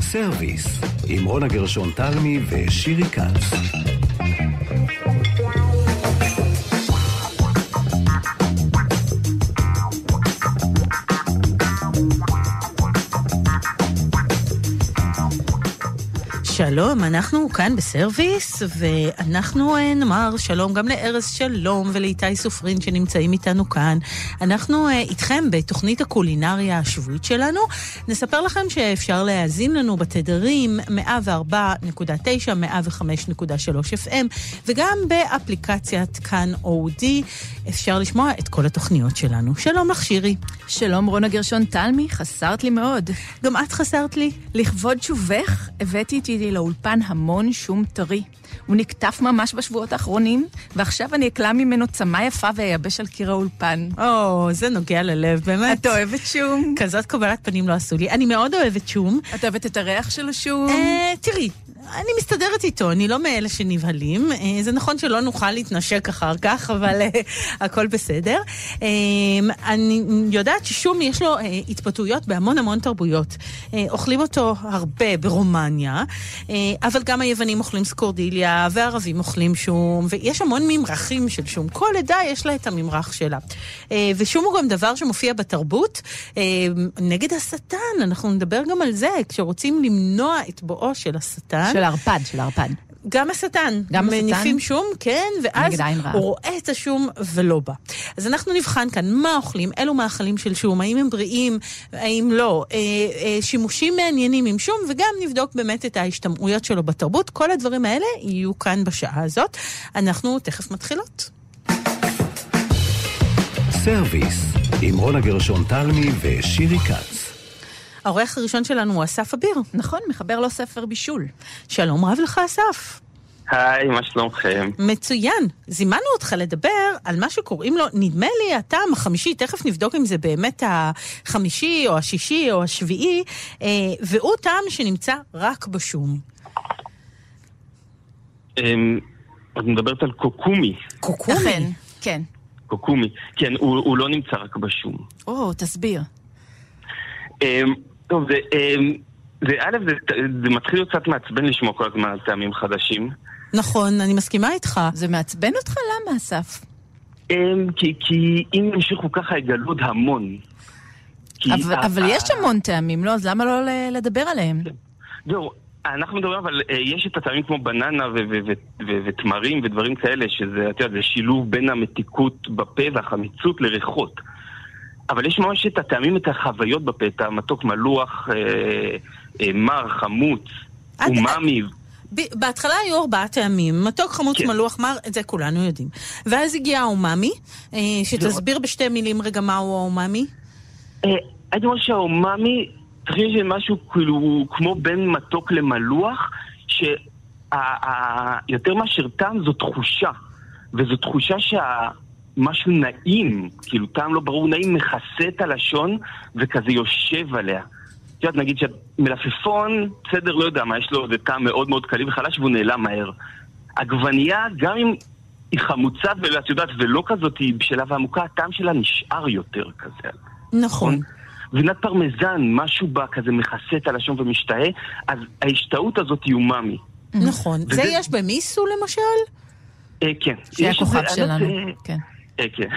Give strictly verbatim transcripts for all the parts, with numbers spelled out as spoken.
סרוויס, עם רונה גרשון תלמי ושירי כץ. שלום, אנחנו כאן בסרוויס, ואנחנו נאמר שלום גם לארז שלום ולאיתי סופרין שנמצאים איתנו כאן. אנחנו איתכם בתוכנית הקולינריה השבועית שלנו. נספר לכם שאפשר להאזין לנו בתדרים מאה וארבע נקודה תשע, מאה וחמש נקודה שלוש אף אם, וגם באפליקציית כאן אודי אפשר לשמוע את כל התוכניות שלנו. שלום לך שירי. שלום רונה גרשון תלמי, חסרת לי מאוד. גם את חסרת לי. לכבוד שובך הבאתי איתי לאולפן המון שום טרי. הוא נקטף ממש בשבועות האחרונים, ועכשיו אני אקלה ממנו צמה יפה ויבש על קיר האולפן. או, זה נוגע ללב, באמת. את אוהבת שום? כזאת קבלת פנים לא עשו לי. אני מאוד אוהבת שום. את אוהבת את הריח של השום? אה, תראי, אני מסתדרת איתו, אני לא מאלה שנבהלים. אה, זה נכון שלא נוכל להתנשק אחר כך, אבל אה, הכל בסדר. אה, אני יודעת ששום יש לו אה, התפתויות בהמון המון תרבויות. אה, אוכלים אותו הרבה ברומניה, אה, אבל גם היוונים אוכלים סקורדיליה, והערבים אוכלים שום, ויש המון ממרחים של שום. כל עדה יש לה את הממרח שלה. אה, ושום הוא גם דבר שמופיע בתרבות. אה, נגד השטן, אנחנו נדבר גם על זה, כשרוצים למנוע את בואו של השטן. של הרפד, של הרפד. גם השטן. גם השטן? מניפים שום, כן, ואז הוא רואה את השום ולא בא. אז אנחנו נבחן כאן מה אוכלים, אילו מאכלים של שום, האם הם בריאים, האם לא, אה, אה, שימושים מעניינים עם שום, וגם נבדוק באמת את ההשתמעויות שלו בתרבות. כל הדברים האלה יהיו כאן בשעה הזאת. אנחנו תכף מתחילות. סרוויס, עם רונה גרשון תלמי ושירי כץ. העורך הראשון שלנו הוא אסף אביר. נכון, מחבר לו ספר בישול. שלום רב לך אסף. היי, מה שלומכם? מצוין. זימנו אותך לדבר על מה שקוראים לו, נדמה לי, הטעם החמישי, תכף נבדוק אם זה באמת החמישי או השישי או השביעי, והוא טעם שנמצא רק בשום. את מדברת על קוקומי. קוקומי? כן. קוקומי. כן, הוא לא נמצא רק בשום. או, תסביר. טוב, זה, זה, א', זה, זה מתחיל קצת מעצבן לשמוע כל הזמן על טעמים חדשים. נכון, אני מסכימה איתך. זה מעצבן אותך? למה, אסף? כי, כי אם ימשיכו ככה יגלו עוד המון. אבל, ה- אבל ה- יש המון טעמים, לא? אז למה לא לדבר עליהם? זהו, אנחנו מדברים, אבל יש את הטעמים כמו בננה ותמרים ודברים כאלה, שזה, אתה יודע, זה שילוב בין המתיקות בפה והחמיצות לריחות. אבל יש ממש את הטעמים, את החוויות בפה, את המתוק מלוח, אה, אה, מר, חמוץ, אוממי. בהתחלה היו ארבעה טעמים, מתוק, חמוץ, כן. מלוח, מר, את זה כולנו יודעים. ואז הגיע האוממי, אה, שתסביר בשתי מילים רגע מהו האוממי. אה, הייתי אומר שהאוממי, צריך שזה משהו כאילו, כמו בין מתוק למלוח, שיותר מאשר טעם זו תחושה, וזו תחושה שה... משהו נעים, כאילו טעם לא ברור, נעים מכסה את הלשון וכזה יושב עליה. את יודעת, נגיד שמלפפון, בסדר, לא יודע מה, יש לו איזה טעם מאוד מאוד קליל וחלש והוא נעלם מהר. עגבנייה, גם אם היא חמוצה ואת יודעת, ולא כזאת, היא בשלה ועמוקה, הטעם שלה נשאר יותר כזה. נכון. גבינת פרמזן, משהו בה כזה מכסה את הלשון ומשתהה, אז ההשתאות הזאת היא אוממי. נכון. זה יש במיסו למשל? כן. שהכוכב שלנו, כן. כן.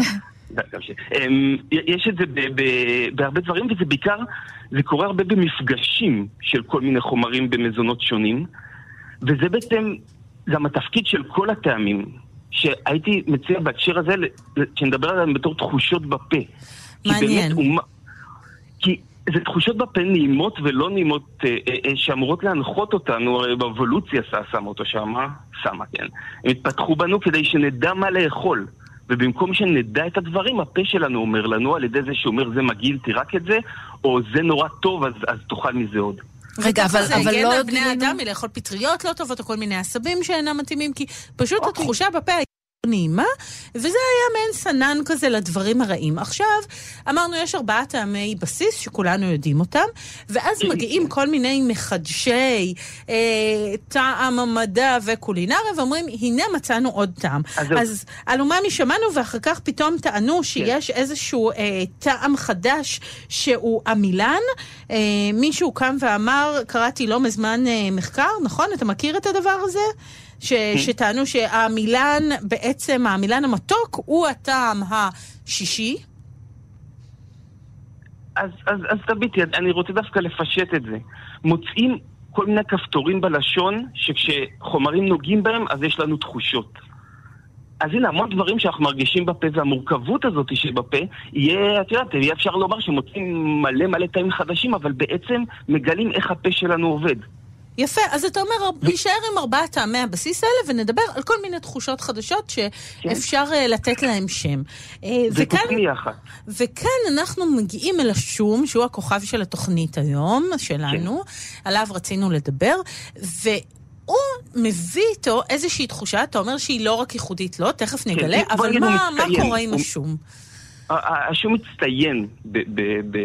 יש את זה בהרבה דברים, וזה בעיקר, זה קורה הרבה במפגשים של כל מיני חומרים במזונות שונים, וזה בעצם גם התפקיד של כל הטעמים, שהייתי מציע בהקשר הזה, שנדבר עליהם בתור תחושות בפה. מעניין. כי זה תחושות בפה נעימות ולא נעימות שאמורות להנחות אותנו, הרי באבולוציה שמה אותו שמה, שמה, כן. הם התפתחו בנו כדי שנדע מה לאכול. ובמקום שנדע את הדברים, הפה שלנו אומר לנו, על ידי זה שאומר, זה מגעיל, תירק את זה, או זה נורא טוב, אז, אז תאכל מזה עוד. רגע, אבל, אבל לא... בני האדם מלאכול פטריות לא טובות, או כל מיני עשבים שאינם מתאימים, כי פשוט התחושה בפה נעימה, וזה היה מעין סנן כזה לדברים הרעים. עכשיו, אמרנו, יש ארבעה טעמי בסיס שכולנו יודעים אותם, ואז מגיעים כל מיני מחדשי אה, טעם המדע וקולינריה, ואומרים, הנה מצאנו עוד טעם. אז, אז על אוממי שמענו, ואחר כך פתאום טענו שיש כן. איזשהו אה, טעם חדש שהוא המילן. אה, מישהו קם ואמר, קראתי לא מזמן אה, מחקר, נכון? אתה מכיר את הדבר הזה? ש, שטענו שהמילן, בעצם המילן המתוק, הוא הטעם השישי? אז, אז, אז תביטי, אני רוצה דווקא לפשט את זה. מוצאים כל מיני כפתורים בלשון, שכשחומרים נוגעים בהם, אז יש לנו תחושות. אז הנה, המון דברים שאנחנו מרגישים בפה, והמורכבות הזאת שבפה, יהיה, את יודעת, יהיה אפשר לומר שמוצאים מלא מלא טעמים חדשים, אבל בעצם מגלים איך הפה שלנו עובד. יפה, אז אתה אומר, להישאר עם ארבעה טעמי הבסיס האלה, ונדבר על כל מיני תחושות חדשות שאפשר לתת להם שם. ותוכלי אחת. וכאן אנחנו מגיעים אל השום, שהוא הכוכב של התוכנית היום, שלנו, עליו רצינו לדבר, והוא מביא איתו איזושהי תחושה, אתה אומר שהיא לא רק ייחודית, לא? תכף נגלה, אבל מה קורה עם השום? השום מצטיין ב...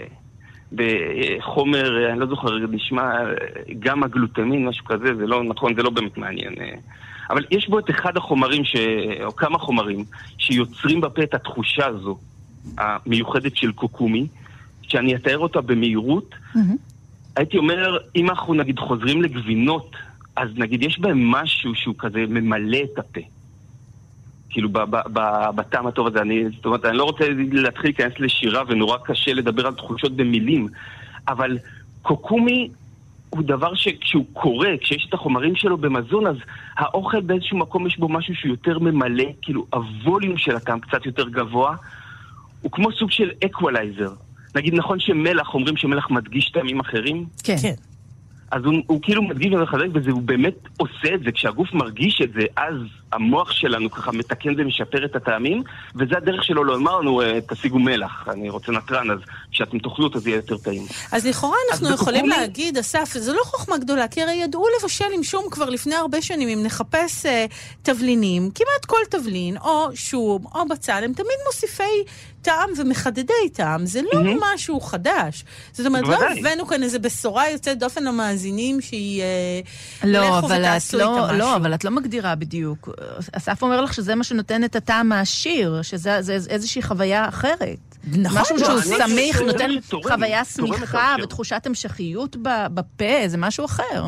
בחומר, אני לא זוכר, נשמע גם הגלוטמין, משהו כזה, זה לא נכון, זה לא באמת מעניין. אבל יש בו את אחד החומרים, ש... או כמה חומרים, שיוצרים בפה את התחושה הזו, המיוחדת של קוקומי, שאני אתאר אותה במהירות. Mm-hmm. הייתי אומר, אם אנחנו נגיד חוזרים לגבינות, אז נגיד יש בהם משהו שהוא כזה ממלא את הפה. כאילו בטעם הטוב הזה, אני, זאת אומרת, אני לא רוצה להתחיל להיכנס לשירה, ונורא קשה לדבר על תחושות במילים, אבל קוקומי הוא דבר שכשהוא קורה, כשיש את החומרים שלו במזון, אז האוכל באיזשהו מקום יש בו משהו שהוא יותר ממלא, כאילו הווליום של הטעם קצת יותר גבוה, הוא כמו סוג של אקוולייזר. נגיד, נכון שמלח, אומרים שמלח מדגיש טעמים אחרים? כן. כן. אז הוא, הוא כאילו מדגיש ומחזק, וזה הוא באמת עושה את זה. כשהגוף מרגיש את זה, אז המוח שלנו ככה מתקן ומשפר את הטעמים, וזה הדרך שלו לא אמרנו, תשיגו מלח, אני רוצה נטרן, אז כשאתם תאכלו אותו זה יהיה יותר טעים. אז לכאורה אנחנו יכולים בקוקומי... להגיד, אסף, זה לא חוכמה גדולה, כי הרי ידעו לבשל עם שום כבר לפני הרבה שנים, אם נחפש uh, תבלינים, כמעט כל תבלין, או שום, או בצל, הם תמיד מוסיפי טעם ומחדדי טעם, זה לא mm-hmm. משהו חדש. זאת אומרת, לא הבאנו כאן איזה בשורה יוצאת דופן למאזינים שהיא... לא, אבל את לא, לא, אבל את לא מגדירה בדיוק. אסף אומר לך שזה מה שנותן את הטעם העשיר, שזה זה איזושהי חוויה אחרת. נכון. משהו שהוא סמיך, נותן חוויה סמיכה ותחושת המשכיות בפה, זה משהו אחר.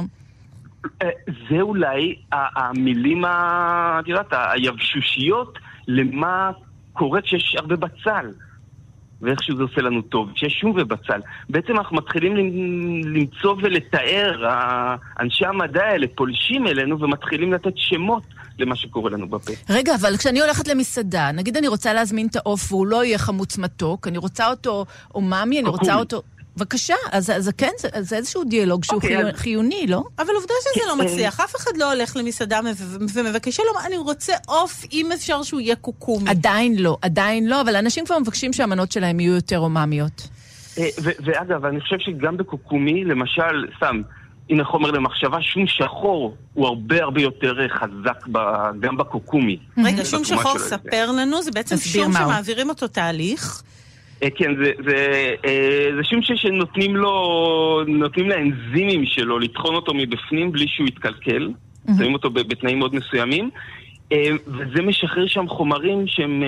זה אולי המילים, את יודעת, היבשושיות למה קורה כשיש הרבה בצל. ואיכשהו זה עושה לנו טוב, שיש שום ובצל. בעצם אנחנו מתחילים למצוא ולתאר, אנשי המדע האלה פולשים אלינו ומתחילים לתת שמות למה שקורה לנו בפה. רגע, אבל כשאני הולכת למסעדה, נגיד אני רוצה להזמין את העוף והוא לא יהיה חמוץ מתוק, אני רוצה אותו אוממי, אני רוצה אותו... בבקשה, אז, אז כן, זה, זה איזשהו דיאלוג שהוא okay, חיוני, חיוני, לא? אבל עובדה שזה לא מצליח. אף אחד לא הולך למסעדה ומבקש שלום, אני רוצה עוף אם אפשר שהוא יהיה קוקומי. עדיין לא, עדיין לא, אבל אנשים כבר מבקשים שהמנות שלהם יהיו יותר אוממיות. ואגב, אני חושב שגם בקוקומי, למשל, סתם, הנה חומר למחשבה, שום שחור הוא הרבה הרבה יותר חזק גם בקוקומי. רגע, שום שחור ספר לנו, זה בעצם שום שמעבירים אותו תהליך. כן, זה, זה, זה שום שנותנים לו, נותנים לאנזימים שלו לטחון אותו מבפנים בלי שהוא יתקלקל. שמים אותו בתנאים מאוד מסוימים. וזה משחרר שם חומרים שהם,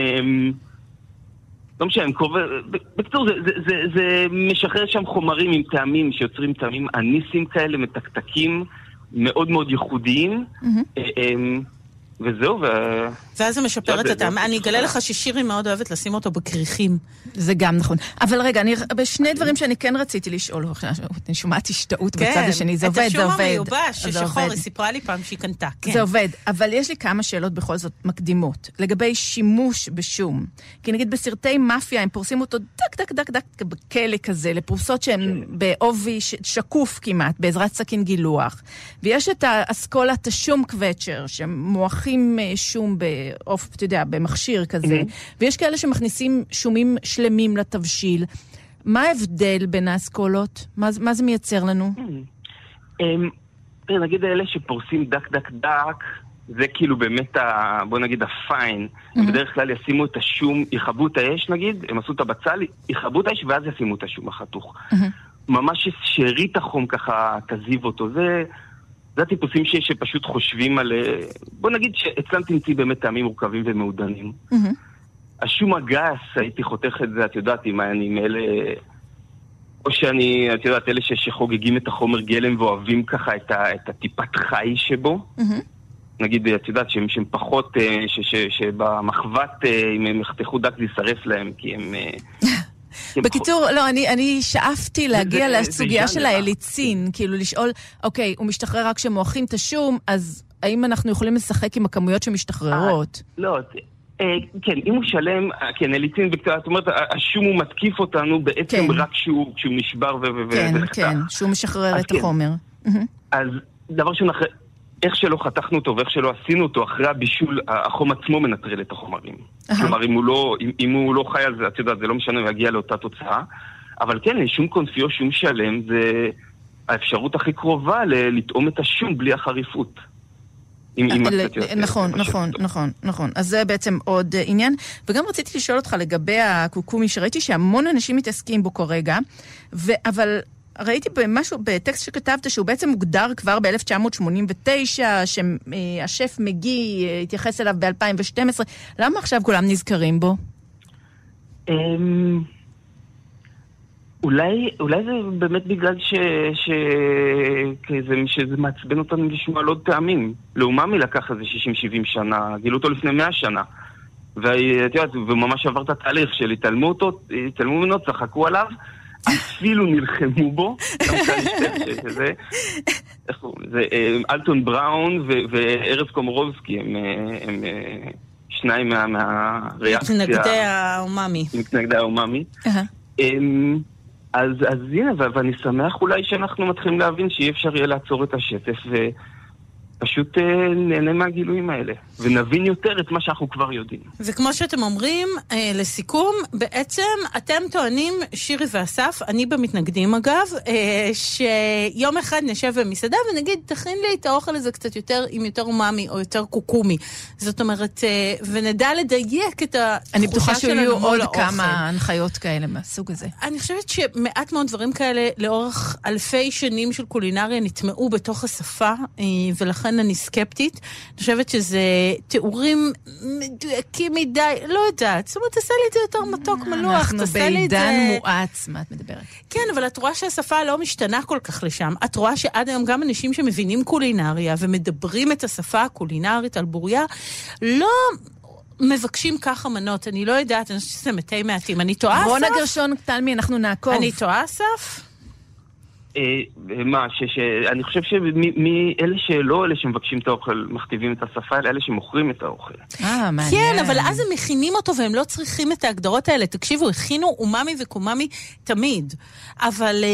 לא משנה, בקצור, זה, זה, זה, זה משחרר שם חומרים עם טעמים שיוצרים טעמים אניסים כאלה, מתקתקים, מאוד מאוד ייחודיים. וזהו, ו... ואז זה משפר את הטעם. אני אגלה לך ששירי מאוד אוהבת לשים אותו בקריחים. זה גם נכון. אבל רגע, אני, בשני דברים שאני כן רציתי לשאול, אני שומעת השתאות בצד השני, זה עובד, זה עובד. את השום המיובש, ששחור, היא סיפרה לי פעם שהיא קנתה. זה עובד, אבל יש לי כמה שאלות בכל זאת מקדימות, לגבי שימוש בשום. כי נגיד בסרטי מאפיה, הם פורסים אותו דק דק דק דק בכלא כזה, לפרוסות שהן בעובי שקוף כמעט, בעזרת סכין גילוח. ויש את האסכולת השום קווצ'ר, שמואחים שום באוף, אתה יודע, במכשיר כזה, mm-hmm. ויש כאלה שמכניסים שומים שלמים לתבשיל. מה ההבדל בין האסכולות? מה, מה זה מייצר לנו? Mm-hmm. Um, נגיד האלה שפורסים דק דק דק, זה כאילו באמת, ה, בוא נגיד, הפיין. Mm-hmm. בדרך כלל ישימו את השום, יחבו את האש נגיד, הם עשו את הבצל, יחבו את האש ואז ישימו את השום החתוך. Mm-hmm. ממש שארית החום ככה תזיב אותו. זה, זה הטיפוסים ש, שפשוט חושבים על... בוא נגיד שאצלם תמציא באמת טעמים מורכבים ומעודנים. Mm-hmm. השום הגס, הייתי חותך את זה, את יודעת, אם אני מאלה... או שאני, את יודעת, אלה שחוגגים את החומר גלם ואוהבים ככה את, ה, את הטיפת חי שבו. Mm-hmm. נגיד, את יודעת, שהם, שהם פחות, ש, ש, שבמחוות, אם הם יחתכו דק, זה ישרף להם, כי הם... בקיצור, לא, אני, אני שאפתי להגיע לסוגיה של האליצין, כאילו לשאול, אוקיי, הוא משתחרר רק כשמואחים את השום, אז האם אנחנו יכולים לשחק עם הכמויות שמשתחררות? לא, כן, אם הוא שלם, כן, אליצין בקצרה, זאת אומרת, השום הוא מתקיף אותנו בעצם רק כשהוא נשבר ונחתך. כן, כן, שהוא משחרר את החומר. אז דבר שהוא נחרר, איך שלא חתכנו אותו ואיך שלא עשינו אותו, אחרי הבישול, החום עצמו מנטרל את החומרים. כלומר, אם הוא לא, אם, אם הוא לא חי על זה, את יודעת, זה לא משנה, הוא יגיע לאותה תוצאה. אבל כן, שום קונפיו, שום שלם, זה האפשרות הכי קרובה לטעום את השום בלי החריפות. נכון, נכון, נכון, נכון. אז זה בעצם עוד עניין. וגם רציתי לשאול אותך לגבי הקוקומי, שראיתי שהמון אנשים מתעסקים בו כרגע, אבל... ראיתי במשהו, בטקסט שכתבת, שהוא בעצם מוגדר כבר ב-אלף תשע מאות שמונים ותשע, שהשף מגי התייחס אליו ב-אלפיים ושתים עשרה. למה עכשיו כולם נזכרים בו? אולי, אולי זה באמת בגלל ש, ש, כזה, שזה מעצבן אותנו לשמוע על עוד טעמים. לאוממי לקח איזה שישים שבעים שנה, גילו אותו לפני מאה שנה. ואת יודעת, וממש עבר את התהליך של התעלמו אותו, התעלמו ממנו, צחקו עליו, אפילו נלחמו בו, זה, זה אלטון בראון וארז קומרובסקי, הם, הם שניים מהריאקציה... מתנגדי האוממי. מתנגדי האוממי. אז, אז הנה, ואני שמח אולי שאנחנו מתחילים להבין שאי אפשר יהיה לעצור את השטף ופשוט נהנה מהגילויים האלה, ונבין יותר את מה שאנחנו כבר יודעים. וכמו שאתם אומרים, לסיכום, בעצם אתם טוענים, שירי ואסף, אני במתנגדים אגב, שיום אחד נשב במסעדה ונגיד, תכין לי את האוכל הזה קצת יותר, עם יותר אוממי או יותר קוקומי. זאת אומרת, ונדע לדייק את התחושה שלנו. אני בטוחה שיהיו עוד כמה הנחיות כאלה מהסוג הזה. אני חושבת שמעט מאוד דברים כאלה, לאורך אלפי שנים של קולינריה, נטמעו בתוך השפה, ולכן אני סקפטית. אני חושבת שזה תיאורים מדויקים מדי, לא יודעת. זאת אומרת, תעשה לי את זה יותר מתוק מלוח. אנחנו בעידן מואץ, מה את מדברת? כן, אבל את רואה שהשפה לא משתנה כל כך לשם. את רואה שעד היום גם אנשים שמבינים קולינריה ומדברים את השפה הקולינרית על בוריה, לא מבקשים ככה מנות. אני לא יודעת, אני חושבת שזה מתי מעטים. אני טועה, אסף? רונה גרשון, תלמי, אנחנו נעקוב. אני טועה, אסף? מה, אני חושב שמאלה שלא, אלה שמבקשים את האוכל, מכתיבים את השפה, אלה שמוכרים את האוכל. אה, מעניין. כן, אבל אז הם מכינים אותו והם לא צריכים את ההגדרות האלה. תקשיבו, הכינו אוממי וקוממי תמיד. אבל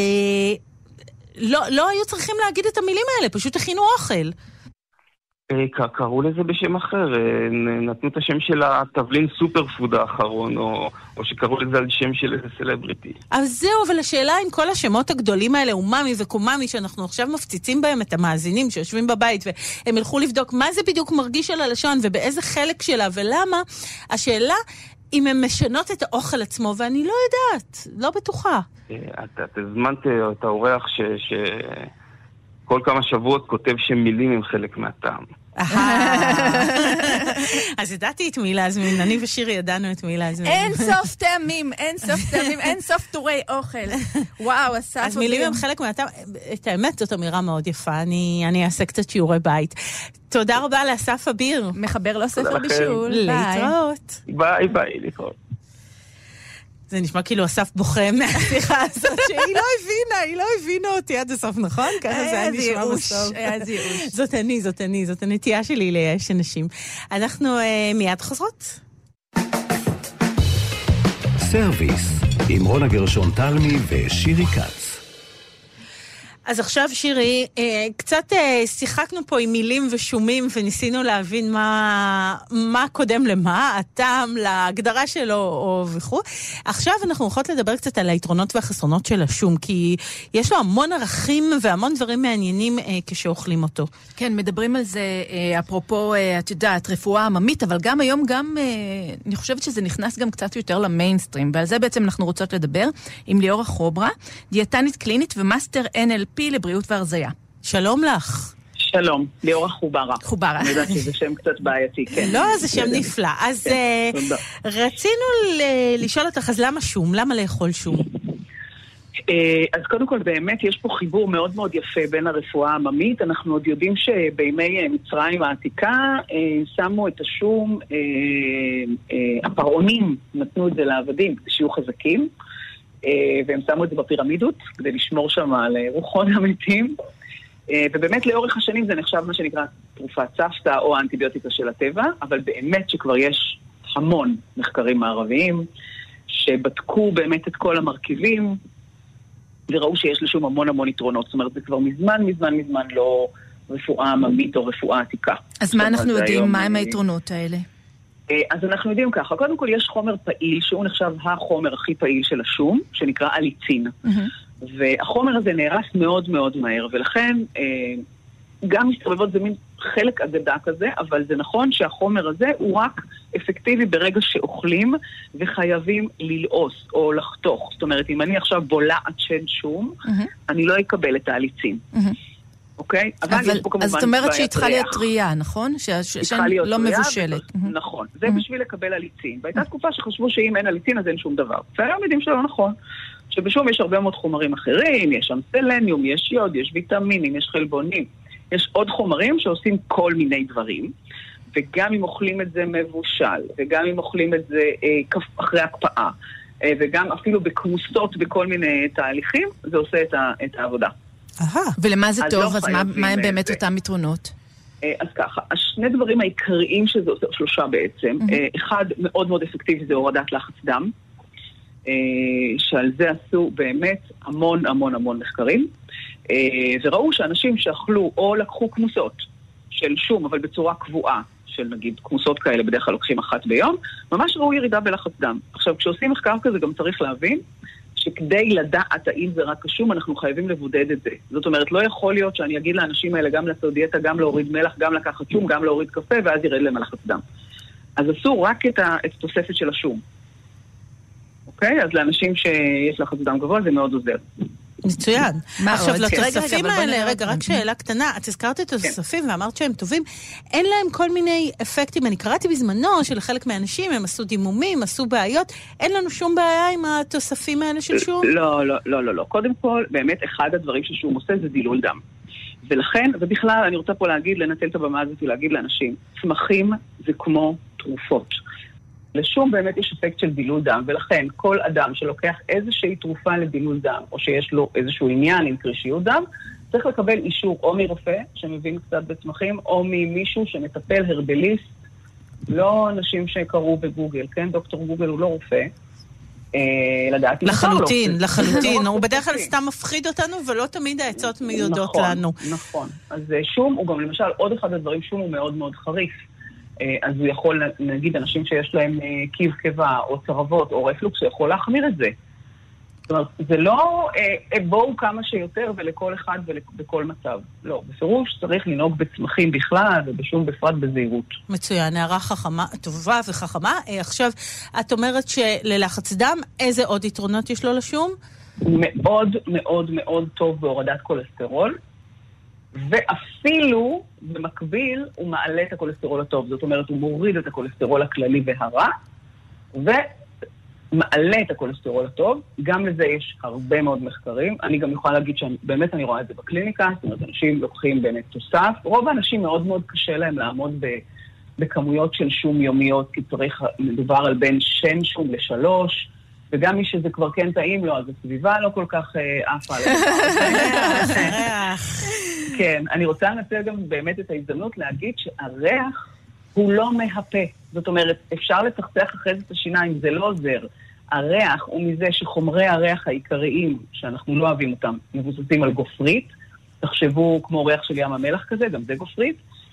לא היו צריכים להגיד את המילים האלה, פשוט הכינו אוכל. קראו לזה בשם אחר, נתנו את השם של התבלין סופר פוד האחרון, או, או שקראו לזה על שם של איזה סלבריטי. אבל זהו, אבל השאלה עם כל השמות הגדולים האלה, אוממי וקוממי, שאנחנו עכשיו מפציצים בהם את המאזינים שיושבים בבית, והם ילכו לבדוק מה זה בדיוק מרגיש על הלשון, ובאיזה חלק שלה, ולמה, השאלה אם הם משנות את האוכל עצמו, ואני לא יודעת, לא בטוחה. את, את הזמנת את האורח ש... ש... כל כמה שבועות כותב שמילים עם חלק מהטעם. אז ידעתי את מי להזמין, אני ושירי ידענו את מי להזמין. אין סוף טעמים, אין סוף טעמים, אין סוף טורי אוכל. וואו, אסף. אז מילים עם חלק מהטעם, את האמת זאת אמירה מאוד יפה, אני אעשה קצת שיעורי בית. תודה רבה לאסף אביר. מחבר לו ספר בישול. להתראות. ביי ביי, להתראות. זה נשמע כאילו אסף בוכה מהשיחה הזאת, שהיא לא הבינה, היא לא הבינה אותי עד הסוף, נכון? ככה זה היה נשמע בסוף. היה זירוש. זאת אני, זאת אני, זאת הנטייה שלי ליש אנשים. אנחנו מיד חוזרות. סרוויס, עם רונה גרשון תלמי ושירי קץ. אז עכשיו שירי, קצת שיחקנו פה עם מילים ושומים וניסינו להבין מה, מה קודם למה, הטעם, להגדרה שלו או וכו'. עכשיו אנחנו הולכות לדבר קצת על היתרונות והחסרונות של השום, כי יש לו המון ערכים והמון דברים מעניינים כשאוכלים אותו. כן, מדברים על זה, אפרופו, את יודעת, רפואה עממית, אבל גם היום גם, אני חושבת שזה נכנס גם קצת יותר למיינסטרים, ועל זה בעצם אנחנו רוצות לדבר עם ליאורה חוברה, דיאטנית קלינית ומאסטר אן אל פי לבריאות והרזיה. שלום לך. שלום, ליאורה חוברה. חוברה. אני יודעת שזה שם קצת בעייתי, כן. לא, זה שם נפלא. אז רצינו לשאול אותך, אז למה שום? למה לאכול שום? אז קודם כל באמת יש פה חיבור מאוד מאוד יפה בין הרפואה העממית. אנחנו עוד יודעים שבימי מצרים העתיקה שמו את השום, הפרעונים נתנו את זה לעבדים כדי שיהיו חזקים, והם שמו את זה בפירמידות כדי לשמור שם על רוחות המתים, ובאמת לאורך השנים זה נחשב מה שנקרא תרופת סבתא או האנטיביוטיקה של הטבע, אבל באמת שכבר יש המון מחקרים מערביים שבדקו באמת את כל המרכיבים וראו שיש לשום המון המון יתרונות. זאת אומרת, זה כבר מזמן מזמן מזמן לא רפואה עממית או רפואה עתיקה. אז מה אנחנו יודעים? מה הם היתרונות האלה? אז אנחנו יודעים ככה, קודם כל יש חומר פעיל שהוא נחשב החומר הכי פעיל של השום, שנקרא אליצין. Mm-hmm. והחומר הזה נהרס מאוד מאוד מהר, ולכן גם מסתובבות זה מין חלק אגדה כזה, אבל זה נכון שהחומר הזה הוא רק אפקטיבי ברגע שאוכלים וחייבים ללעוס או לחתוך. זאת אומרת, אם אני עכשיו בולעת שן שום, mm-hmm. אני לא אקבל את האליצין. Mm-hmm. אוקיי? אבל, אבל יש פה כמובן... אז זאת אומרת שהתחלה להיות טריה, נכון? שהשן לא מבושלת. נכון. זה בשביל לקבל אליצין. והייתה תקופה שחשבו שאם אין אליצין אז אין שום דבר. והיום יודעים שלא נכון. שבשום יש הרבה מאוד חומרים אחרים, יש שם סלניום, יש יוד, יש ויטמינים, יש חלבונים. יש עוד חומרים שעושים כל מיני דברים. וגם אם אוכלים את זה מבושל, וגם אם אוכלים את זה אה, אחרי הקפאה, אה, וגם אפילו בכמוסות בכל מיני תהליכים, זה עושה את, ה, את העבודה. אהה, ולמה זה טוב? לא אז מה, מה הם באמת זה. אותם יתרונות? אז ככה, השני דברים העיקריים שזה עושה, שלושה בעצם. Mm-hmm. אחד מאוד מאוד אפקטיבי זה הורדת לחץ דם, שעל זה עשו באמת המון המון המון מחקרים, וראו שאנשים שאכלו או לקחו כמוסות של שום, אבל בצורה קבועה, של נגיד כמוסות כאלה, בדרך כלל לוקחים אחת ביום, ממש ראו ירידה בלחץ דם. עכשיו, כשעושים מחקר כזה גם צריך להבין, שכדי לדעת האם זה רק השום, אנחנו חייבים לבודד את זה. זאת אומרת, לא יכול להיות שאני אגיד לאנשים האלה גם לעשות דיאטה, גם להוריד מלח, גם לקחת שום, גם להוריד קפה, ואז ירד להם לחץ דם. אז עשו רק את התוספת של השום. אוקיי? אז לאנשים שיש לחץ דם גבוה, זה מאוד עוזר. מצוין. עכשיו, לתוספים האלה, רגע, רק שאלה קטנה, את הזכרת את התוספים ואמרת שהם טובים, אין להם כל מיני אפקטים, אני קראתי בזמנו שלחלק מהאנשים הם עשו דימומים, עשו בעיות, אין לנו שום בעיה עם התוספים האלה של שום? לא, לא, לא, לא, לא. קודם כל, באמת אחד הדברים ששום עושה זה דילול דם. ולכן, ובכלל אני רוצה פה להגיד, לנצל את הבמה הזאת ולהגיד לאנשים, צמחים זה כמו תרופות. לשום באמת יש אפקט של דילול דם, ולכן כל אדם שלוקח איזושהי תרופה לדילול דם, או שיש לו איזשהו עניין עם קרישיות דם, צריך לקבל אישור או מרופא שמבין קצת בצמחים, או ממישהו שמטפל הרבליסט, לא אנשים שקראו בגוגל, כן? דוקטור גוגל הוא לא רופא. לדעת לחלוטין, לחלוטין. הוא בדרך כלל סתם מפחיד אותנו, ולא תמיד העצות מיודעות לנו. נכון. אז שום הוא גם למשל, עוד אחד הדברים, שום הוא מאוד מאוד חריף. אז הוא יכול, נגיד, אנשים שיש להם קיב קיבה, או צרבות, או רפלוקס, הוא יכול להחמיר את זה. זאת אומרת, זה לא בואו כמה שיותר ולכל אחד ובכל מצב. לא, בפירוש צריך לנהוג בצמחים בכלל, ובשום בפרט בזהירות. מצוין, הערה חכמה, טובה וחכמה. עכשיו, את אומרת שללחץ דם, איזה עוד יתרונות יש לו לשום? הוא מאוד מאוד מאוד טוב בהורדת כולסטרול. ואפילו במקביל הוא מעלה את הכולסטרול הטוב, זאת אומרת הוא מוריד את הכולסטרול הכללי והרע ומעלה את הכולסטרול הטוב. גם לזה יש הרבה מאוד מחקרים. אני גם יכולה להגיד שבאמת אני רואה את זה בקליניקה, זאת אומרת אנשים לוקחים באמת תוסף, רוב האנשים מאוד מאוד קשה להם לעמוד בכמויות של שום יומיות, כי צריך, מדובר על בין שן שום לשלוש, וגם מי שזה כבר כן טעים לו, אז הסביבה לא כל כך עפה על הריח. כן, אני רוצה לנצל גם באמת את ההזדמנות להגיד שהריח הוא לא מהפה. זאת אומרת, אפשר לצחצח אחרי זה את השיניים, זה לא עוזר. הריח הוא מזה שחומרי הריח העיקריים, שאנחנו לא אוהבים אותם, מבוססים על גופרית, תחשבו כמו ריח של ים המלח כזה, גם זה גופרית,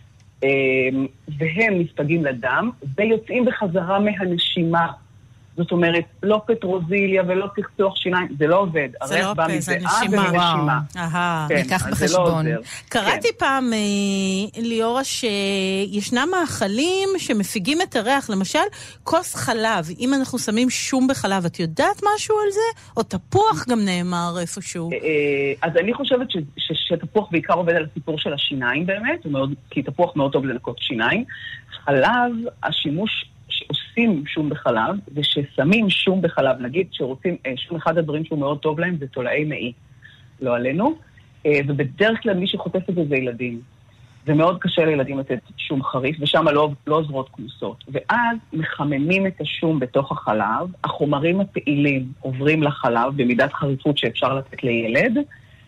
והם נספגים לדם, ויוצאים בחזרה מהנשימה. זאת אומרת, לא פטרוזיליה ולא צחצוח שיניים, זה לא עובד. זה לא הריח בא זה מזיעה נשימה. ומנשימה. אהה, כן, ניקח אז זה לא בחשבון. עוזר. קראתי כן. פעם, אה, ליאורה, שישנם מאכלים שמפיגים את הריח, למשל, כוס חלב. אם אנחנו שמים שום בחלב, את יודעת משהו על זה? או תפוח גם נאמר איפשהו. אה, אז אני חושבת ש, ש, שתפוח בעיקר עובד על הסיפור של השיניים באמת, מאוד, כי תפוח מאוד טוב לנקות שיניים. חלב, השימוש שעושים שום בחלב, וששמים שום בחלב, נגיד שרוצים, שום אחד הדברים שהוא מאוד טוב להם זה תולעי מעי, לא עלינו, ובדרך כלל מי שחוטף את זה זה ילדים. זה מאוד קשה לילדים לתת שום חריף, ושם לא, לא עוזרות כמוסות. ואז מחממים את השום בתוך החלב, החומרים הפעילים עוברים לחלב במידת חריפות שאפשר לתת לילד,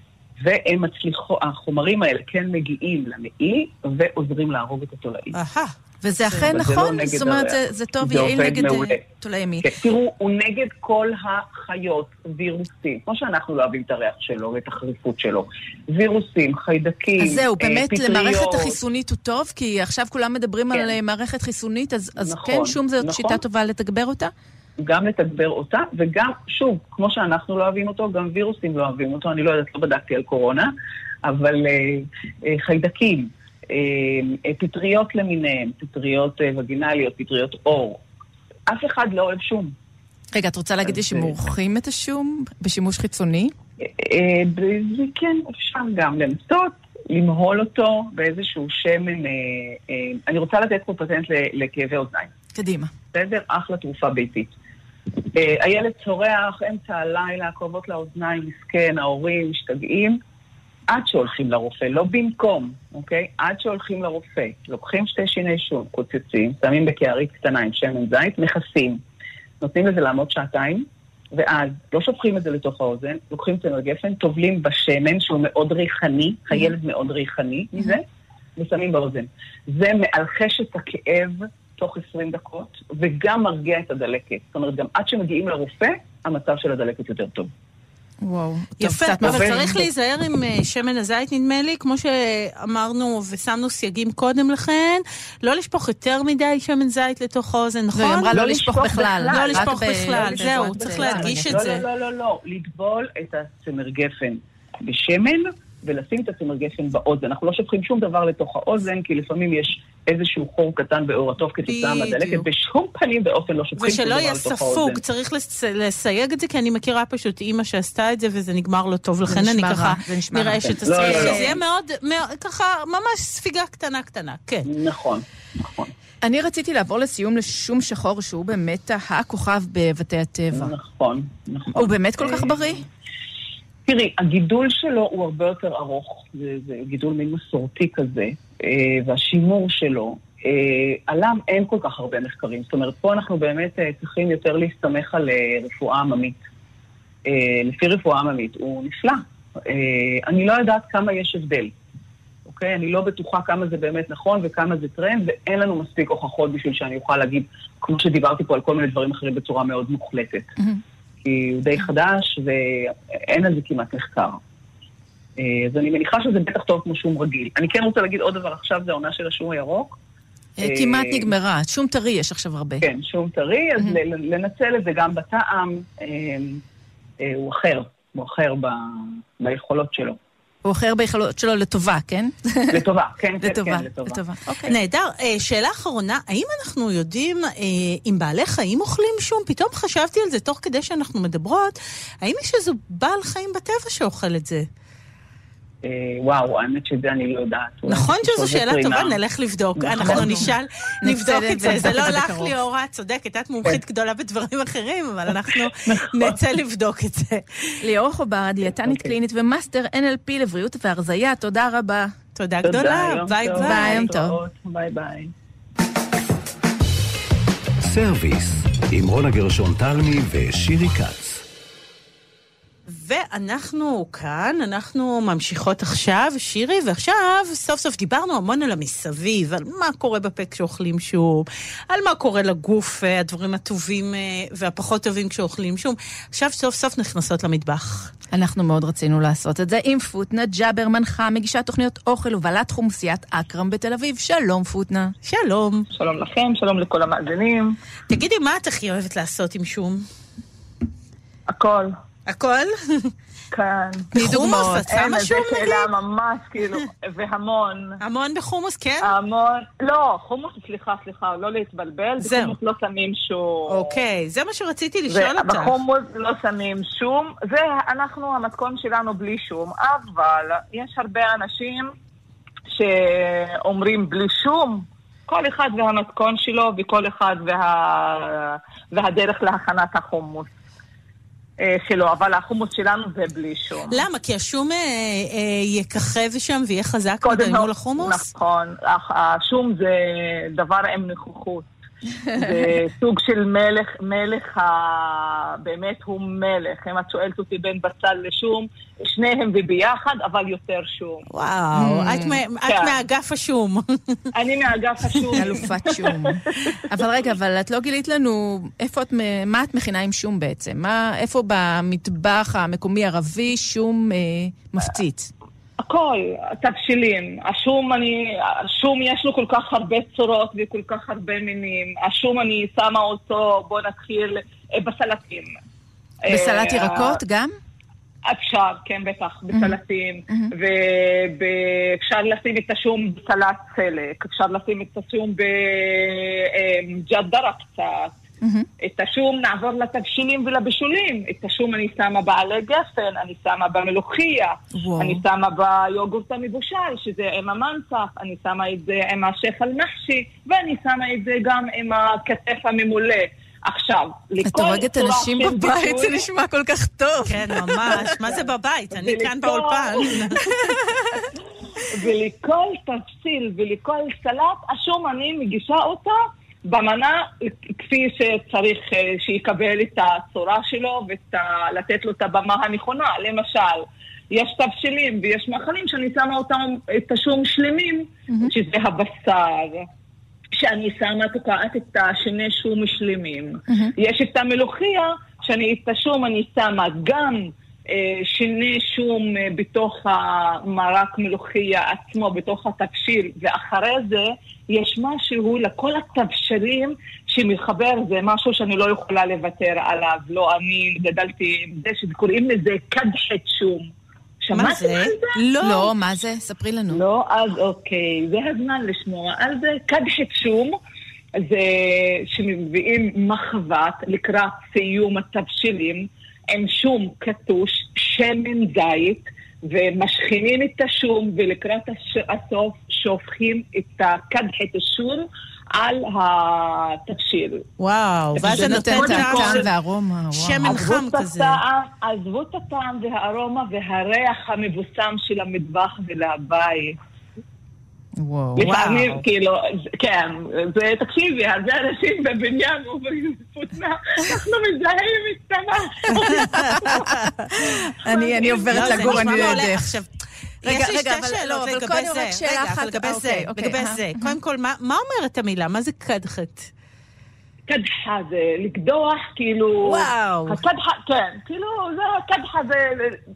והם מצליחו, החומרים האלה כן מגיעים למעי, ועוזרים להרוג את התולעים. אהה. וזה אכן נכון? זאת אומרת, זה טוב, יעיל נגד תולעי מעי. תראו, הוא נגד כל החיות, וירוסים, כמו שאנחנו לא אוהבים את הריח שלו ואת החריפות שלו. וירוסים, חיידקים, אז זהו, באמת פטריות. למערכת החיסונית הוא טוב, כי עכשיו כולם מדברים כן. על מערכת חיסונית, אז, אז נכון, כן, שום זאת נכון. שיטה טובה לתגבר אותה? גם לתגבר אותה, וגם, שוב, כמו שאנחנו לא אוהבים אותו, גם וירוסים לא אוהבים אותו, אני לא יודעת, לא בדקתי על קורונה, אבל אה, אה, חיידקים, אה, פטריות למיניהם, פטריות אה, וגינליות, פטריות אור. אף אחד לא אוהב שום. רגע, את רוצה להגיד לי שמורחים את השום בשימוש חיצוני? אה, אה, זה כן, אפשר גם לנסות, למהול אותו באיזשהו שמן. אה, אה, אני רוצה לתת פה פטנט לכאבי אוזניים. קדימה. בסדר? אחלה תרופה ביתית. אה, הילד צורח, אמצע הלילה, קרובות לאוזניים, מסכן, ההורים משתגעים, עד שהולכים לרופא, לא במקום, אוקיי? עד שהולכים לרופא, לוקחים שתי שיני שום, קוצצים, שמים בקערית קטנה עם שמן זית, מכסים, נותנים לזה לעמוד שעתיים, ואז לא שופכים את זה לתוך האוזן, לוקחים צמר גפן, טובלים בשמן שהוא מאוד ריחני, הילד מאוד ריחני מזה, ושמים באוזן. זה מאלחש את הכאב תוך עשרים דקות, וגם מרגיע את הדלקת. זאת אומרת, גם עד שמגיעים לרופא, המצב של הדלקת יותר טוב. וואו, יפה, אבל צריך להיזהר עם שמן הזית, נדמה לי, כמו שאמרנו ושמנו סייגים קודם לכן, לא לשפוך יותר מדי שמן זית לתוך האוזן, נכון? היא אמרה לא לשפוך בכלל. לא לשפוך בכלל, זהו, צריך להדגיש את זה. לא, לא, לא, לא, לטבול את הצמר גפן בשמן, ולשים את הצמר גפן באוזן. אנחנו לא שופכים שום דבר לתוך האוזן, כי לפעמים יש איזשהו חור קטן באור הטוב כתוצאה מהדלקת, בשום פנים באופן לא שופכים שום דבר לתוך האוזן. ושלא יהיה ספוג, צריך לסייג את זה, כי אני מכירה פשוט אימא שעשתה את זה, וזה נגמר לא טוב, לכן אני ככה נראה שתסייג. זה יהיה מאוד, ככה, ממש ספיגה קטנה קטנה, כן. נכון, נכון. אני רציתי לעבור לסיום לשום שחור, שהוא באמת הכוכב בבתי הטבע. נכון, נכון. הוא באמת כל כך בריא? תראי, הגידול שלו הוא הרבה יותר ארוך, זה, זה גידול מין מסורתי כזה, והשימור שלו, עליו אין כל כך הרבה מחקרים, זאת אומרת, פה אנחנו באמת צריכים יותר להסתמך על רפואה עממית. לפי רפואה עממית, הוא נפלא. אני לא יודעת כמה יש הבדל, אוקיי? אני לא בטוחה כמה זה באמת נכון וכמה זה טרנד, ואין לנו מספיק הוכחות בשביל שאני אוכל להגיד, כמו שדיברתי פה על כל מיני דברים אחרים בצורה מאוד מוחלטת. כי הוא די חדש, ואין על זה כמעט מחקר. אז אני מניחה שזה בטח טוב כמו שום רגיל. אני כן רוצה להגיד עוד דבר, עכשיו זה העונה של השום הירוק. כמעט נגמרה, שום טרי יש עכשיו הרבה. כן, שום טרי, אז לנצל את זה גם בטעם, הוא אחר, הוא אחר ביכולות שלו. הוא אחר ביכולות שלו לטובה, כן? לטובה, כן, כן, לטובה, כן, לטובה. לטובה. אוקיי. נהדר. שאלה אחרונה, האם אנחנו יודעים אם בעלי חיים אוכלים שום? פתאום חשבתי על זה תוך כדי שאנחנו מדברות, האם יש איזו בעל חיים בטבע שאוכל את זה? וואו, האמת שזה אני לא יודעת. נכון שזו שאלה טובה, נלך לבדוק. אנחנו נשאל, נבדוק את זה. זה לא לך ליאורה, צודקת, את מומחית גדולה בדברים אחרים, אבל אנחנו נצא לבדוק את זה. ליאורה חובר, דיאטנית קלינית ומאסטר אן אל פי לבריאות והרזיה, תודה רבה. תודה גדולה, ביי ביי. יום טוב. ביי ביי. סרוויס, עם רונה גרשון תלמי ושירי קץ. ואנחנו כאן, אנחנו ממשיכות עכשיו, שירי, ועכשיו סוף סוף דיברנו המון על המסביב, על מה קורה בפה כשאוכלים שום, על מה קורה לגוף, הדברים הטובים והפחות טובים כשאוכלים שום. עכשיו סוף סוף נכנסות למטבח. אנחנו מאוד רצינו לעשות את זה עם פוטנה ג'אבר מנחה, מגישת תוכניות אוכל ובעלת חומוסיית אקרם בתל אביב. שלום פוטנה. שלום. שלום לכם, שלום לכל המאזינים. תגידי, מה את הכי אוהבת לעשות עם שום? הכל. הכל? כאן. תני דוגמאות. את שמה שום נגיד? זו שאלה ממש, כאילו, והמון. המון בחומוס, כן? המון. לא, חומוס, סליחה, סליחה, לא להתבלבל. זהו. בחומוס לא שמים שום. אוקיי, זה מה שרציתי לשאול אותך. בחומוס לא שמים שום. זה אנחנו, המתכון שלנו בלי שום, אבל יש הרבה אנשים שאומרים בלי שום. כל אחד והמתכון שלו, וכל אחד וה... והדרך להכנת החומוס שלו, אבל החומוס שלנו זה בלי שום. למה? כי השום אה, אה, יככב שם ויהיה חזק מדי מול החומוס? נכון, השום זה דבר עם נוכחות. זה סוג של מלך, מלך ה... באמת הוא מלך. אם את שואלת אותי בין בצל לשום, שניהם וביחד, אבל יותר שום. וואו, את מאגף השום. אני מאגף השום. אלופת שום. אבל רגע, אבל את לא גילית לנו איפה את, מה את מכינה עם שום בעצם? איפה במטבח המקומי ערבי שום מפציץ? הכל, תבשילים. השום, אני, השום יש לו כל כך הרבה צורות וכל כך הרבה מינים. השום אני שמה אותו, בוא נתחיל, בסלטים. בסלט ירקות גם? אפשר, כן, בטח, בסלטים. ואפשר לשים את השום בסלט סלק. אפשר לשים את השום בג'דרה קצת. את השום נעבור לתבשילים ולבישולים. את השום אני שמה בעלי גפן, אני שמה במלוכיה, אני שמה ביוגורט המבושל, שזה עם המנצח, אני שמה את זה עם השייך אל-מחשי, ואני שמה את זה גם עם הכתף הממולא. עכשיו, את הורגת אנשים בבית, זה נשמע כל כך טוב. כן, ממש. מה זה בבית? אני כאן באולפן. ולכל תבשיל ולכל סלט, השום אני מגישה אותה במנה כפי שצריך שיקבל את הצורה שלו ולתת לו את הבמה הנכונה. למשל, יש תבשילים ויש מאכלים שאני שמה אותם, את השום שלמים, mm-hmm. שזה הבשר, שאני שמה תוקעת את השני שום שלמים. Mm-hmm. יש את המלוכיה, שאני את השום אני שמה גם שני שום בתוך המרק מלוכיה עצמו, בתוך התבשיל, ואחרי זה יש משהו לכל התבשילים שמחבר, זה משהו שאני לא יכולה לוותר עליו. לא, אני גדלתי עם זה שקוראים לזה קדחת שום. מה זה? לא. לא, מה זה? ספרי לנו. לא, אז אוקיי, זה הזמן לשמוע על זה. קדחת שום זה שמביאים מחבת לקראת סיום התבשילים, עם שום קטוש, שמן זית, ומשכינים את השום, ולקראת הסוף שופכים את קדחת השום על התבשיל. וואו, ואז זה נותן את הטעם והארומה. שמן חם כזה. עזבו את הטעם והארומה והריח המבוסם של המטבח ולבית. וואו. לפעמים, כאילו, כן, זה, תקשיבי, הרבה אנשים בבניין אומרים, פוטנה, אנחנו מזהים מצטמה. אני עוברת לגור, אני לידך. רגע, רגע, אבל לא, אבל קודם רק שאלה אחת. לגבי זה, לגבי זה. קודם כל, מה אומרת המילה? מה זה קדחת? קדחה זה לקדוח, כאילו... וואו. הקדחה, כן, כאילו, זה קדחה זה...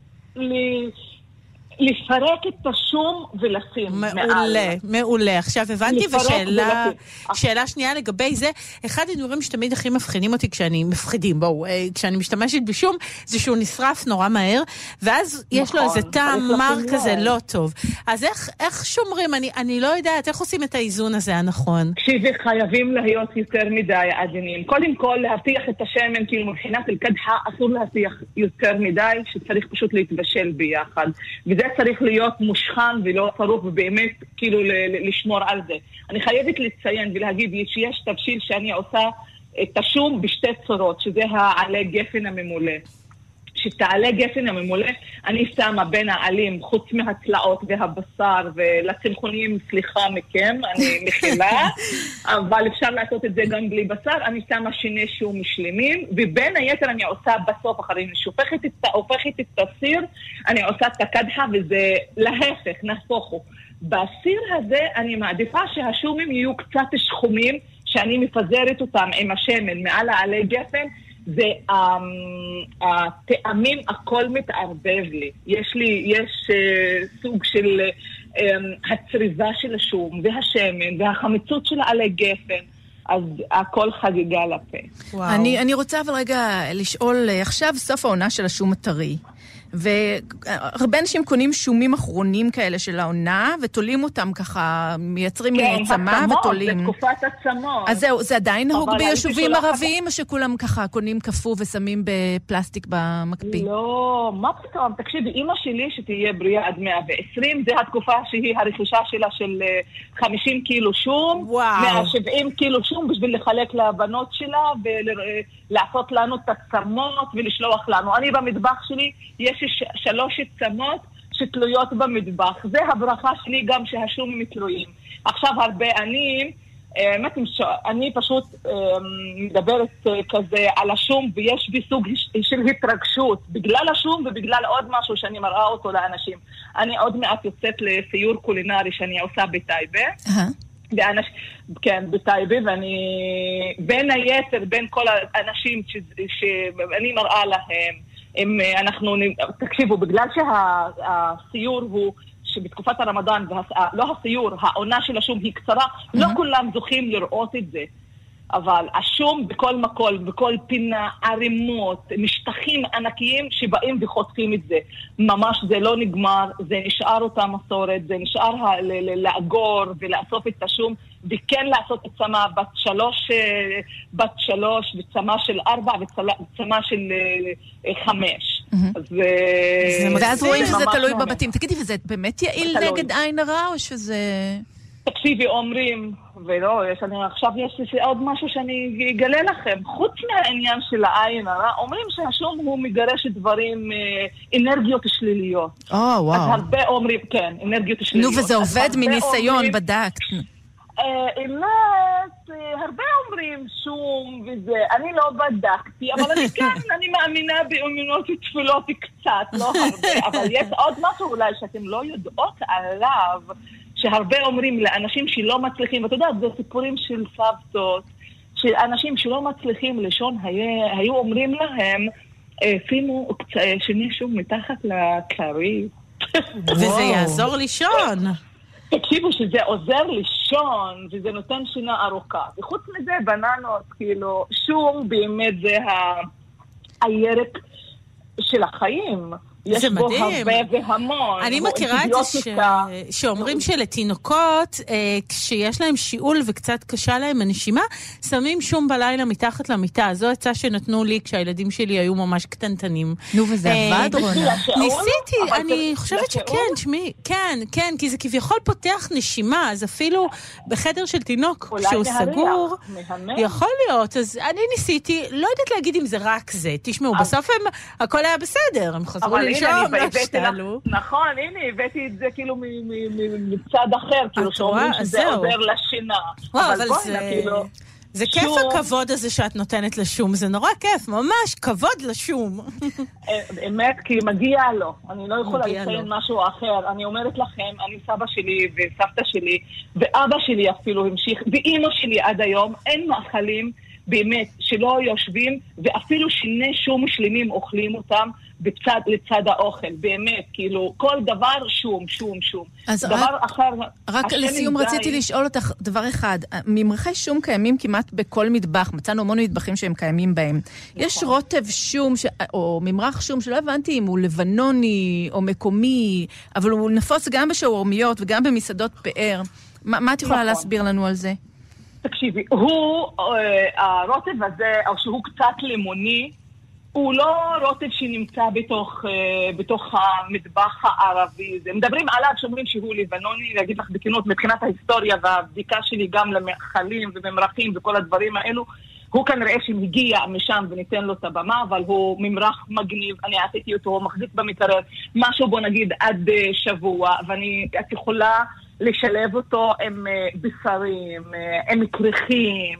לפרק את השום ולשים מעל. מעולה, מעולה. עכשיו הבנתי, ושאלה שאלה שנייה לגבי זה, אחד הדברים שתמיד הכי מפחידים אותי כשאני מפחידים, בואו, כשאני משתמשת בשום, זה שהוא נשרף נורא מהר, ואז יש לו איזה טעם מר כזה לא טוב. אז איך, איך שומרים? אני, אני לא יודעת, איך עושים את האיזון הזה הנכון? כשזה חייבים להיות יותר מדי עדינים. קודם כל, להבטיח את השמן, כאילו מבחינת אל-קדחה, אסור להבטיח יותר מדי, שצריך פשוט להתבשל ביחד. וזה צריך להיות מושכן ולא פרוך, ובאמת כאילו לשמור על זה. אני חייבת לציין ולהגיד שיש תבשיל שאני עושה את השום בשתי צורות, שזה העלי גפן הממולא. שתעלה גפן הממולא, אני שמה בין העלים, חוץ מהצלעות והבשר ולצמחונים, סליחה מכם, אני מכילה, אבל אפשר לעשות את זה גם בלי בשר, אני שמה שיני שום משלימים, ובין היתר אני עושה בסוף, אחרי אני שופכת את, הופכת את הסיר, אני עושה את הקדחה, וזה להפך, נהפוכו. בסיר הזה אני מעדיפה שהשומים יהיו קצת שחומים, שאני מפזרת אותם עם השמן מעל העלי גפן, זה הטעמים, הכל מתערבב לי. יש לי, יש סוג של הצריבה של השום והשמן והחמיצות של העלי גפן, אז הכל חגיגה לפה. אני, אני רוצה אבל רגע לשאול, עכשיו סוף העונה של השום הטרי. והרבה אנשים קונים שומים אחרונים כאלה של העונה, ותולים אותם ככה, מייצרים כן, צמה ותולים. זה תקופת הצמות. אז זהו, זה עדיין נהוג ביישובים ערביים, או שכולם ככה קונים קפוא ושמים בפלסטיק במקפיא? לא, מה פתאום? תקשיבי, אמא שלי שתהיה בריאה עד מאה ועשרים, זה התקופה שהיא הרכישה שלה של חמישים קילו שום, וואו. מאה ושבעים קילו שום, בשביל לחלק לבנות שלה, ולעשות לנו את הצמות ולשלוח לנו. אני במטבח שלי, יש שלוש צמות שתלויות במטבח. זה הברכה שלי גם שהשומים מתלויים. עכשיו הרבה אני, אני פשוט מדברת כזה על השום, ויש בי סוג של התרגשות, בגלל השום ובגלל עוד משהו שאני מראה אותו לאנשים. אני עוד מעט יוצאת לסיור קולינרי שאני עושה בטייבה. ואנש, כן, בטייבה, ואני בין היתר, בין כל האנשים ש, שאני מראה להם, אם אנחנו, תקשיבו, בגלל שהסיור הוא שבתקופת הרמדאן, לא הסיור, העונה של השום היא קצרה, לא כולם זוכים לראות את זה. אבל השום בכל מקום, בכל פינה, ערימות, משטחים ענקיים שבאים וחותכים את זה. ממש זה לא נגמר, זה נשאר אותה מסורת, זה נשאר לאגור ולאסוף את השום, וכן לעשות את צמה בת שלוש, בת שלוש, וצמה של ארבע, וצמה של חמש. ואז רואים שזה תלוי בבתים. תגידי, וזה באמת יעיל נגד עין הרע, או שזה... תקשיבי, אומרים, ולא, יש, אני, עכשיו יש עוד משהו שאני אגלה לכם. חוץ מהעניין של העין הרע, אומרים שהשום הוא מגרש דברים, אנרגיות שליליות. או, וואו. אז הרבה אומרים, כן, אנרגיות שליליות. נו, וזה עובד מניסיון, בדקת. אמת, הרבה אומרים שום וזה, אני לא בדקתי, אבל אני כן, אני מאמינה באמונות ותפילות קצת, לא הרבה, אבל יש עוד משהו אולי שאתם לא יודעות עליו, שהרבה אומרים לאנשים שלא מצליחים, ואתה יודע, זה סיפורים של סבתות, שאנשים שלא מצליחים לישון, היו אומרים להם, שימו שני שום מתחת לכרית. וזה יעזור לישון. תקשיבו שזה עוזר לישון, וזה נותן שינה ארוכה. וחוץ מזה, בננות, כאילו, שום באמת זה הירק של החיים. יש בו הרבה והמון. אני מכירה את זה שאומרים שלתינוקות, כשיש להם שיעול וקצת קשה להם הנשימה, שמים שום בלילה מתחת למיטה. זו הצעה שנתנו לי כשהילדים שלי היו ממש קטנטנים. נו, וזה עבד, רונה. ניסיתי, אני חושבת שכן, שמי, כן, כן, כי זה כביכול פותח נשימה, אז אפילו בחדר של תינוק, כשהוא סגור, יכול להיות. אז אני ניסיתי, לא יודעת להגיד אם זה רק זה. תשמעו, בסוף הכל היה בסדר, הם חזרו לי נכון, הנה, הבאתי את זה כאילו מצד אחר, כאילו שאומרים שזה עובר לשינה. אבל זה כיף הכבוד הזה שאת נותנת לשום, זה נורא כיף, ממש כבוד לשום. אמת, כי מגיע לו, אני לא יכולה לציין משהו אחר, אני אומרת לכם, אני סבא שלי וסבתא שלי, ואבא שלי אפילו המשיך, ואימא שלי עד היום, אין מאכלים באמת שלא יושבים, ואפילו שיני שום שלמים אוכלים אותם, בצד, לצד האוכל, באמת, כאילו, כל דבר שום, שום, שום. אז דבר רק, אחר... רק לסיום רציתי לשאול אותך דבר אחד. ממרחי שום קיימים כמעט בכל מטבח, מצאנו המון מטבחים שהם קיימים בהם. נכון. יש רוטב שום, ש... או ממרח שום, שלא הבנתי אם הוא לבנוני או מקומי, אבל הוא נפוץ גם בשווארמיות וגם במסעדות פאר. מה, מה את יכולה נכון. להסביר לנו על זה? תקשיבי, הוא, הרוטב הזה, או שהוא קצת לימוני, הוא לא רוטב שנמצא בתוך, בתוך המטבח הערבי. זה מדברים עליו שאומרים שהוא לבנוני, להגיד לך בכנות, מבחינת ההיסטוריה והבדיקה שלי גם למאכלים וממרחים וכל הדברים האלו, הוא כנראה שהגיע משם וניתן לו את הבמה, אבל הוא ממרח מגניב, אני עשיתי אותו, הוא מחזיק במקרר, משהו בוא נגיד עד שבוע, ואני את יכולה לשלב אותו עם בשרים, עם כריכים,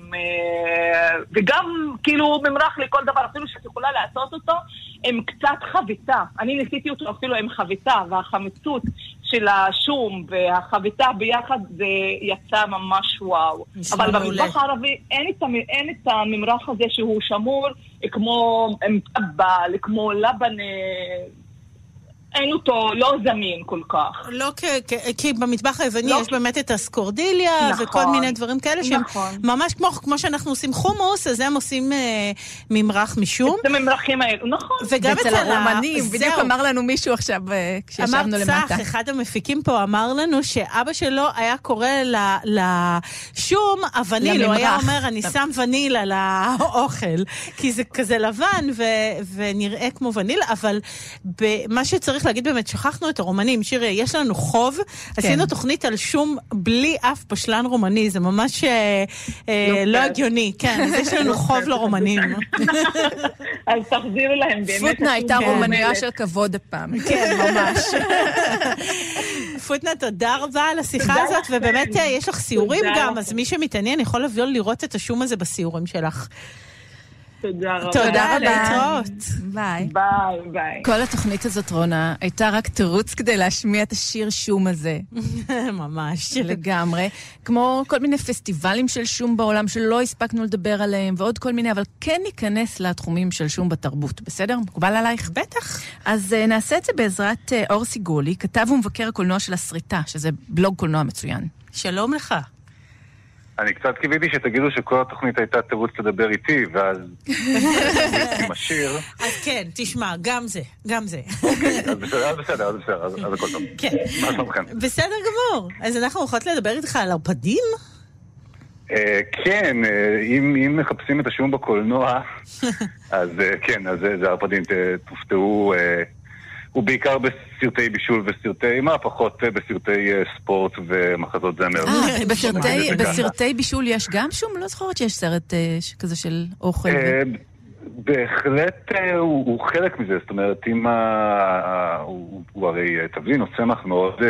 וגם כאילו ממרח לכל דבר, אפילו שאת יכולה לעשות אותו עם קצת חביתה. אני ניסיתי אותו אפילו עם חביתה, והחמיצות של השום והחביתה ביחד זה יצא ממש וואו. אבל במטבח הערבי אין את, אין את הממרח הזה שהוא שמור כמו טבל, כמו לבנה, אין אותו, לא זמין כל כך. לא, כי במטבח היווני יש באמת את הסקורדיליה וכל מיני דברים כאלה שהם ממש כמו שאנחנו עושים חומוס, אז הם עושים ממרח משום. את הממרחים האלו, נכון. וגם אצל הרומנים, בדיוק אמר לנו מישהו עכשיו כשישבנו למטה. אמר צח, אחד המפיקים פה אמר לנו שאבא שלו היה קורא לשום הווניל, הוא היה אומר אני שם וניל על האוכל, כי זה כזה לבן ונראה כמו וניל, אבל מה שצריך להגיד באמת, שכחנו את הרומנים. שירי, יש לנו חוב, עשינו תוכנית על שום בלי אף פשלן רומני, זה ממש לא הגיוני. כן, אז יש לנו חוב לרומנים. אז תחזירו להם באמת. פוטנה הייתה רומניה של כבוד הפעם. כן, ממש. פוטנה, תודה רבה על השיחה הזאת, ובאמת יש לך סיורים גם, אז מי שמתעניין יכול לבוא לראות את השום הזה בסיורים שלך. תודה רבה. תודה רבה. להתראות. ביי. ביי, ביי. כל התוכנית הזאת, רונה, הייתה רק תירוץ כדי להשמיע את השיר שום הזה. ממש. לגמרי. כמו כל מיני פסטיבלים של שום בעולם שלא הספקנו לדבר עליהם, ועוד כל מיני, אבל כן ניכנס לתחומים של שום בתרבות. בסדר? מקובל עלייך? בטח. אז uh, נעשה את זה בעזרת uh, אור סיגולי, כתב ומבקר הקולנוע של הסריטה, שזה בלוג קולנוע מצוין. שלום לך. אני קצת קיוויתי שתגידו שכל התוכנית הייתה תירוץ לדבר איתי, ואז עם השיר. אז כן, תשמע, גם זה, גם זה. אוקיי, אז בסדר, אז בסדר, אז בסדר, אז הכל טוב. כן. מה שלומכם? בסדר גמור. אז אנחנו יכולות לדבר איתך על ערפדים? כן, אם מחפשים את השום בקולנוע, אז כן, אז זה ערפדים, תופתעו... הוא בעיקר בסרטי בישול וסרטי, מה פחות בסרטי ספורט ומחזות זמר. אה, בסרטי בישול יש גם שום? לא זוכרת שיש סרט כזה של אוכל. בהחלט הוא חלק מזה, זאת אומרת, אם הוא הרי תבלין או צמח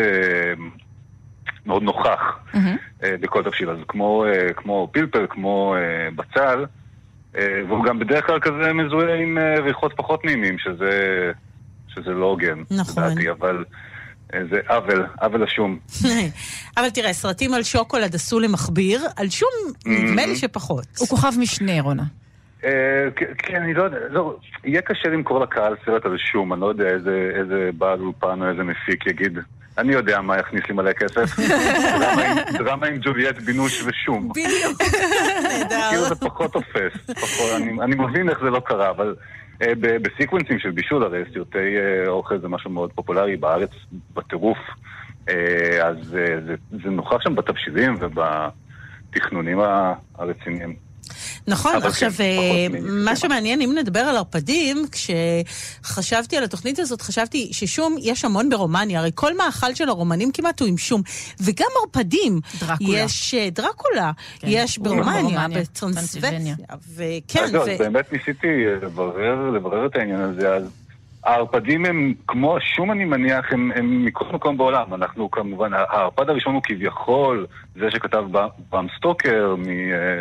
מאוד נוכח בכל תבשיל, אז כמו פלפל, כמו בצל, והוא גם בדרך כלל כזה מזוהה עם ריחות פחות נעימים, שזה... שזה לא הוגן, נכון. דעתי, אבל זה עוול, עוול השום. אבל תראה, סרטים על שוקולד עשו למחביר, על שום נדמה לי שפחות. הוא כוכב משנה, רונה. כן, אני לא יודע, יהיה קשה למכור לקהל סרט על שום, אני לא יודע איזה בעל אולפן או איזה מפיק יגיד, אני יודע מה יכניס לי מלא כסף, דרמה עם ג'וליאט בינוש ושום. בדיוק. כאילו זה פחות תופס, אני מבין איך זה לא קרה, אבל... בסיקוונסים של בישול, הרי סרטי אוכל זה משהו מאוד פופולרי בארץ, בטירוף, אז זה נוכח שם בתבשילים ובתכנונים הרציניים. נכון, עכשיו, מה שמעניין, אם נדבר על ערפדים, כשחשבתי על התוכנית הזאת, חשבתי ששום יש המון ברומניה, הרי כל מאכל של הרומנים כמעט הוא עם שום, וגם ערפדים. דרקולה. יש דרקולה, יש ברומניה, בטרנסילבניה. וכן, אז באמת ניסיתי לברר את העניין הזה, אז הערפדים הם, כמו השום אני מניח, הם מכל מקום בעולם. אנחנו כמובן, הערפד הראשון הוא כביכול, זה שכתב ברם סטוקר, מ...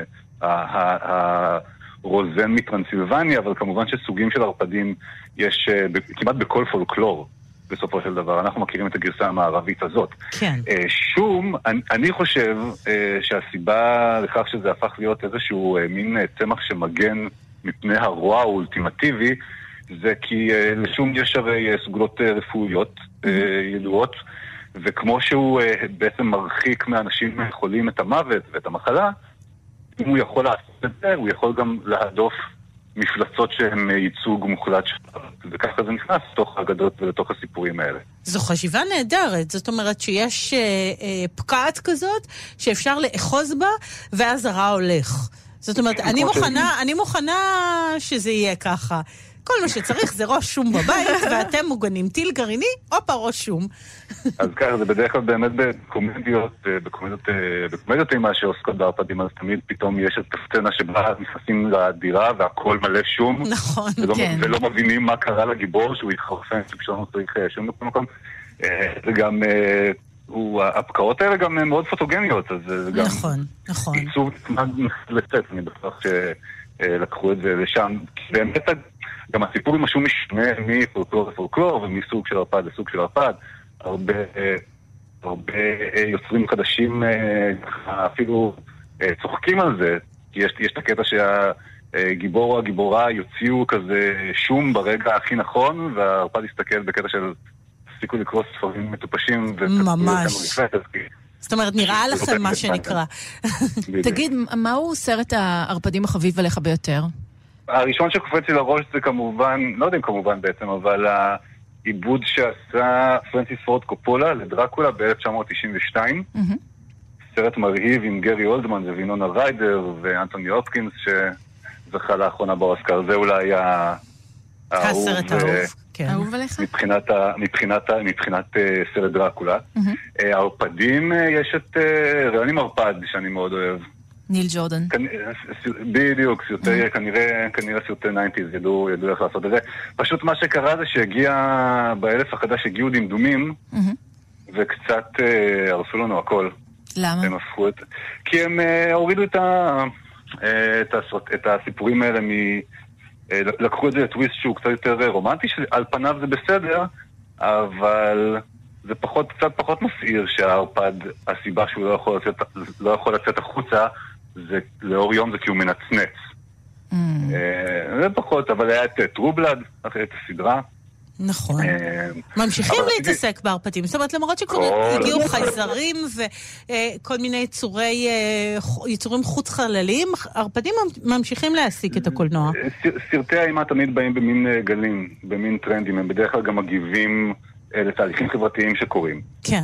הרוזן מטרנסילבניה, אבל כמובן שסוגים של ערפדים יש כמעט בכל פולקלור בסופו של דבר. אנחנו מכירים את הגרסה המערבית הזאת. כן. שום, אני חושב שהסיבה לכך שזה הפך להיות איזשהו מין צמח שמגן מפני הרוע האולטימטיבי, זה כי לשום יש הרי סגולות רפואיות ידועות, וכמו שהוא בעצם מרחיק מאנשים חולים את המוות ואת המחלה, אם הוא יכול לעשות את זה, הוא יכול גם להדוף מפלצות שהן ייצוג מוחלט שלנו. וככה זה נכנס לתוך האגדות ולתוך הסיפורים האלה. זו חשיבה נהדרת. זאת אומרת שיש אה, אה, פקעת כזאת שאפשר לאחוז בה, ואז הרע הולך. זאת אומרת, אני מוכנה, אני מוכנה שזה יהיה ככה. כל מה שצריך זה ראש שום בבית, ואתם מוגנים טיל גרעיני, הופה, ראש שום. אז ככה, זה בדרך כלל באמת בקומדיות, בקומדיות, בקומדיות אימה שעוסקות בערפדים, אז תמיד פתאום יש את הסצנה שבה נכנסים לדירה והכל מלא שום. נכון, ולא, כן. ולא מבינים מה קרה לגיבור, שהוא התחרפן, שפשוט צריך שום בכל מקום. זה גם, הפקעות האלה גם מאוד פוטוגניות, אז זה גם... נכון, נכון. עיצוב לצאת, אני בטוח שלקחו את זה לשם, כי באמת גם הסיפור עם השום משנה מפולקלור לפולקלור, ומסוג של ערפד לסוג של ערפד, הרבה, הרבה יוצרים חדשים אפילו צוחקים על זה, כי יש, יש את הקטע שהגיבור או הגיבורה יוציאו כזה שום ברגע הכי נכון, והערפד יסתכל בקטע של תפסיקו לקרוא ספרים מטופשים, ממש. זאת אומרת, נראה לכם מה שנקרא. תגיד, מהו סרט הערפדים החביב עליך ביותר? הראשון שקופץ לי לראש זה כמובן, לא יודע אם כמובן בעצם, אבל העיבוד שעשה פרנסיס פורד קופולה לדרקולה ב-אלף תשע מאות תשעים ושתיים. סרט מרהיב עם גרי אולדמן ווינונה ריידר ואנטוני הופקינס שזכה לאחרונה באוסקר. זה אולי הסרט האהוב. אהוב עליך? מבחינת, מבחינת, מבחינת סרט דרקולה. הערפדים, יש את רעיון עם ערפד שאני מאוד אוהב. ניל ג'ורדן. בדיוק, כנראה סרטי ניינטיז ידעו איך לעשות את זה. פשוט מה שקרה זה שהגיע, באלף החדש הגיעו דמדומים, וקצת הרסו לנו הכל. למה? הם הפכו את... כי הם הורידו את הסיפורים האלה מ... לקחו את זה לטוויסט שהוא קצת יותר רומנטי, שעל פניו זה בסדר, אבל זה פחות, קצת פחות מסעיר שהערפד, הסיבה שהוא לא יכול לצאת, לא יכול לצאת החוצה, זה לאור יום זה כי הוא מנצנץ. Mm. זה פחות, אבל היה את טרובלד, אחרי את הסדרה. נכון. ממשיכים להתעסק בערפדים. זאת אומרת, למרות שהגיעו חייזרים וכל מיני יצורים חוץ חלליים, ערפדים ממשיכים להעסיק את הקולנוע. סרטי האימה תמיד באים במין גלים, במין טרנדים. הם בדרך כלל גם מגיבים לתהליכים חברתיים שקורים. כן.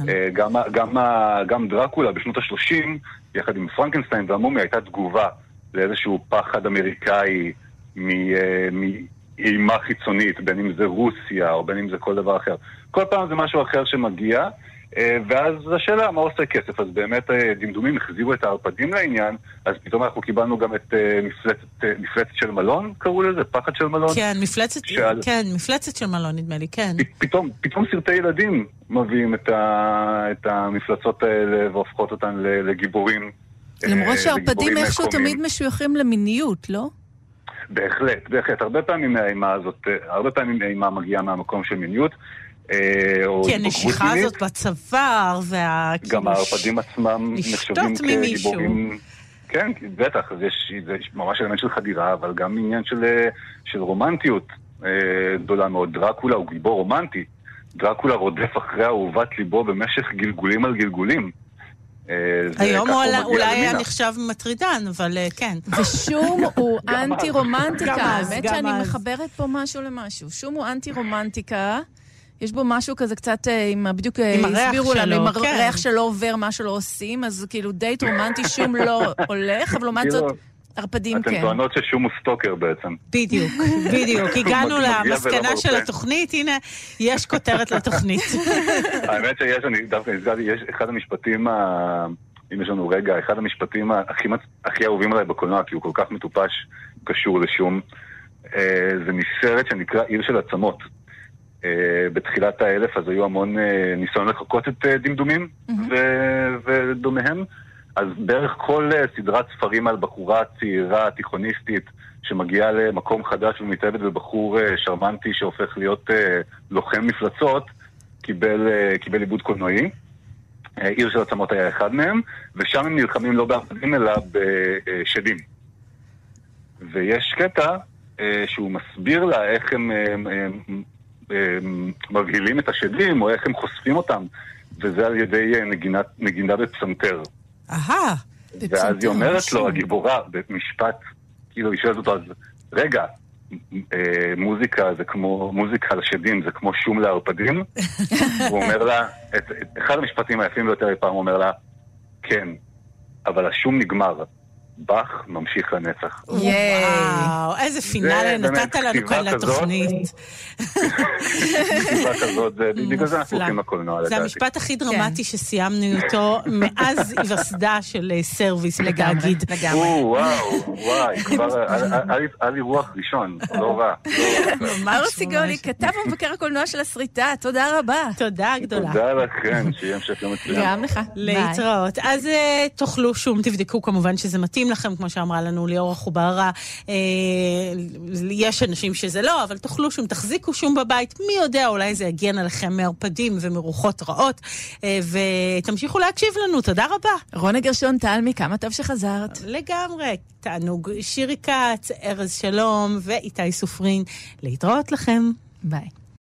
גם דרקולה בשנות ה-שלושים, יחד עם פרנקנסטיין והמומי, הייתה תגובה לאיזשהו פחד אמריקאי מ... אימה חיצונית, בין אם זה רוסיה או בין אם זה כל דבר אחר. כל פעם זה משהו אחר שמגיע, ואז השאלה, מה עושה כסף? אז באמת דמדומים החזירו את הערפדים לעניין, אז פתאום אנחנו קיבלנו גם את מפלצת, מפלצת של מלון, קראו לזה, פחד של מלון. כן, מפלצת, שעל... כן, מפלצת של מלון, נדמה לי, כן. פתאום, פתאום סרטי ילדים מביאים את, ה, את המפלצות האלה והופכות אותן לגיבורים. למרות שהערפדים איכשהו תמיד משויכים למיניות, לא? בהחלט, בהחלט. הרבה פעמים מהאימה הזאת, הרבה פעמים מהאימה מגיעה מהמקום של מיניות. כי הנשיכה הזאת בצוואר, גם הערפדים עצמם נחשבים כגיבורים. כן, בטח, זה ממש אלמנט של חדירה, אבל גם עניין של רומנטיות גדולה מאוד. דרקולה הוא גיבור רומנטי. דרקולה רודף אחרי אהובת ליבו במשך גלגולים על גלגולים. היום אולי היה נחשב מטרידן, אבל כן. ושום הוא אנטי-רומנטיקה. האמת שאני מחברת פה משהו למשהו. שום הוא אנטי-רומנטיקה. יש בו משהו כזה קצת, בדיוק הסבירו לנו, עם הריח שלא עובר, מה שלא עושים, אז כאילו דייט רומנטי שום לא הולך, אבל לעומת זאת, ערפדים כן. אתם טוענות ששום הוא סטוקר בעצם. בדיוק, בדיוק. הגענו למסקנה של התוכנית, הנה, יש כותרת לתוכנית. האמת שיש, אני דווקא נזכרתי, יש אחד המשפטים, אם יש לנו רגע, אחד המשפטים הכי אהובים עליי בקולנוע, כי הוא כל כך מטופש, קשור לשום, זה מסרט שנקרא עיר של עצמות. בתחילת האלף, אז היו המון ניסיון לחכות את דמדומים ודומיהם. אז בערך כל סדרת ספרים על בחורה צעירה, תיכוניסטית, שמגיעה למקום חדש ומתאהבת בבחור שרמנטי שהופך להיות לוחם מפלצות, קיבל, קיבל עיבוד קולנועי. עיר של עצמות היה אחד מהם, ושם הם נלחמים לא בערפדים אלא בשדים. ויש קטע שהוא מסביר לה איך הם, הם, הם, הם מבהילים את השדים, או איך הם חושפים אותם, וזה על ידי נגינה, נגינה בפסנתר. אהה, ואז היא אומרת לו, הגיבורה, במשפט, כאילו היא שואלת אותו, אז רגע, אה, מוזיקה זה כמו, מוזיקה על שדים זה כמו שום לערפדים? הוא אומר לה, את, את, אחד המשפטים היפים ביותר פעם הוא אומר לה, כן, אבל השום נגמר, באך ממשיך לנצח. וואו, איזה פינאלה נתת לנו כאן לתוכנית. כתיבה כזאת, בגלל זה אנחנו הולכים לקולנוע לדעתי. זה המשפט הכי דרמטי שסיימנו אותו מאז היווסדה של סרוויס לתאגיד. וואו, וואי, כבר היה לי רוח ראשון, לא רע. ארוס סיגולי, כתב ומבקר הקולנוע של הסריטה, תודה רבה. תודה גדולה. תודה לכם, שיהיה המשך יום מצוין. גם לך. להתראות. אז תאכלו שום, תבדקו כמובן שזה מתאים לכם, כמו שאמרה לנו ליאורה חוברה. יש אנשים שזה לא, אבל תאכלו שום, תחזיקו שום בבית. מי יודע, אולי זה יגן עליכם מערפדים ומרוחות רעות. ותמשיכו להקשיב לנו. תודה רבה. רונה גרשון תלמי, כמה טוב שחזרת. לגמרי. תענוג. שירי כץ, ארז שלום ואיתי סופרין. להתראות לכם. ביי.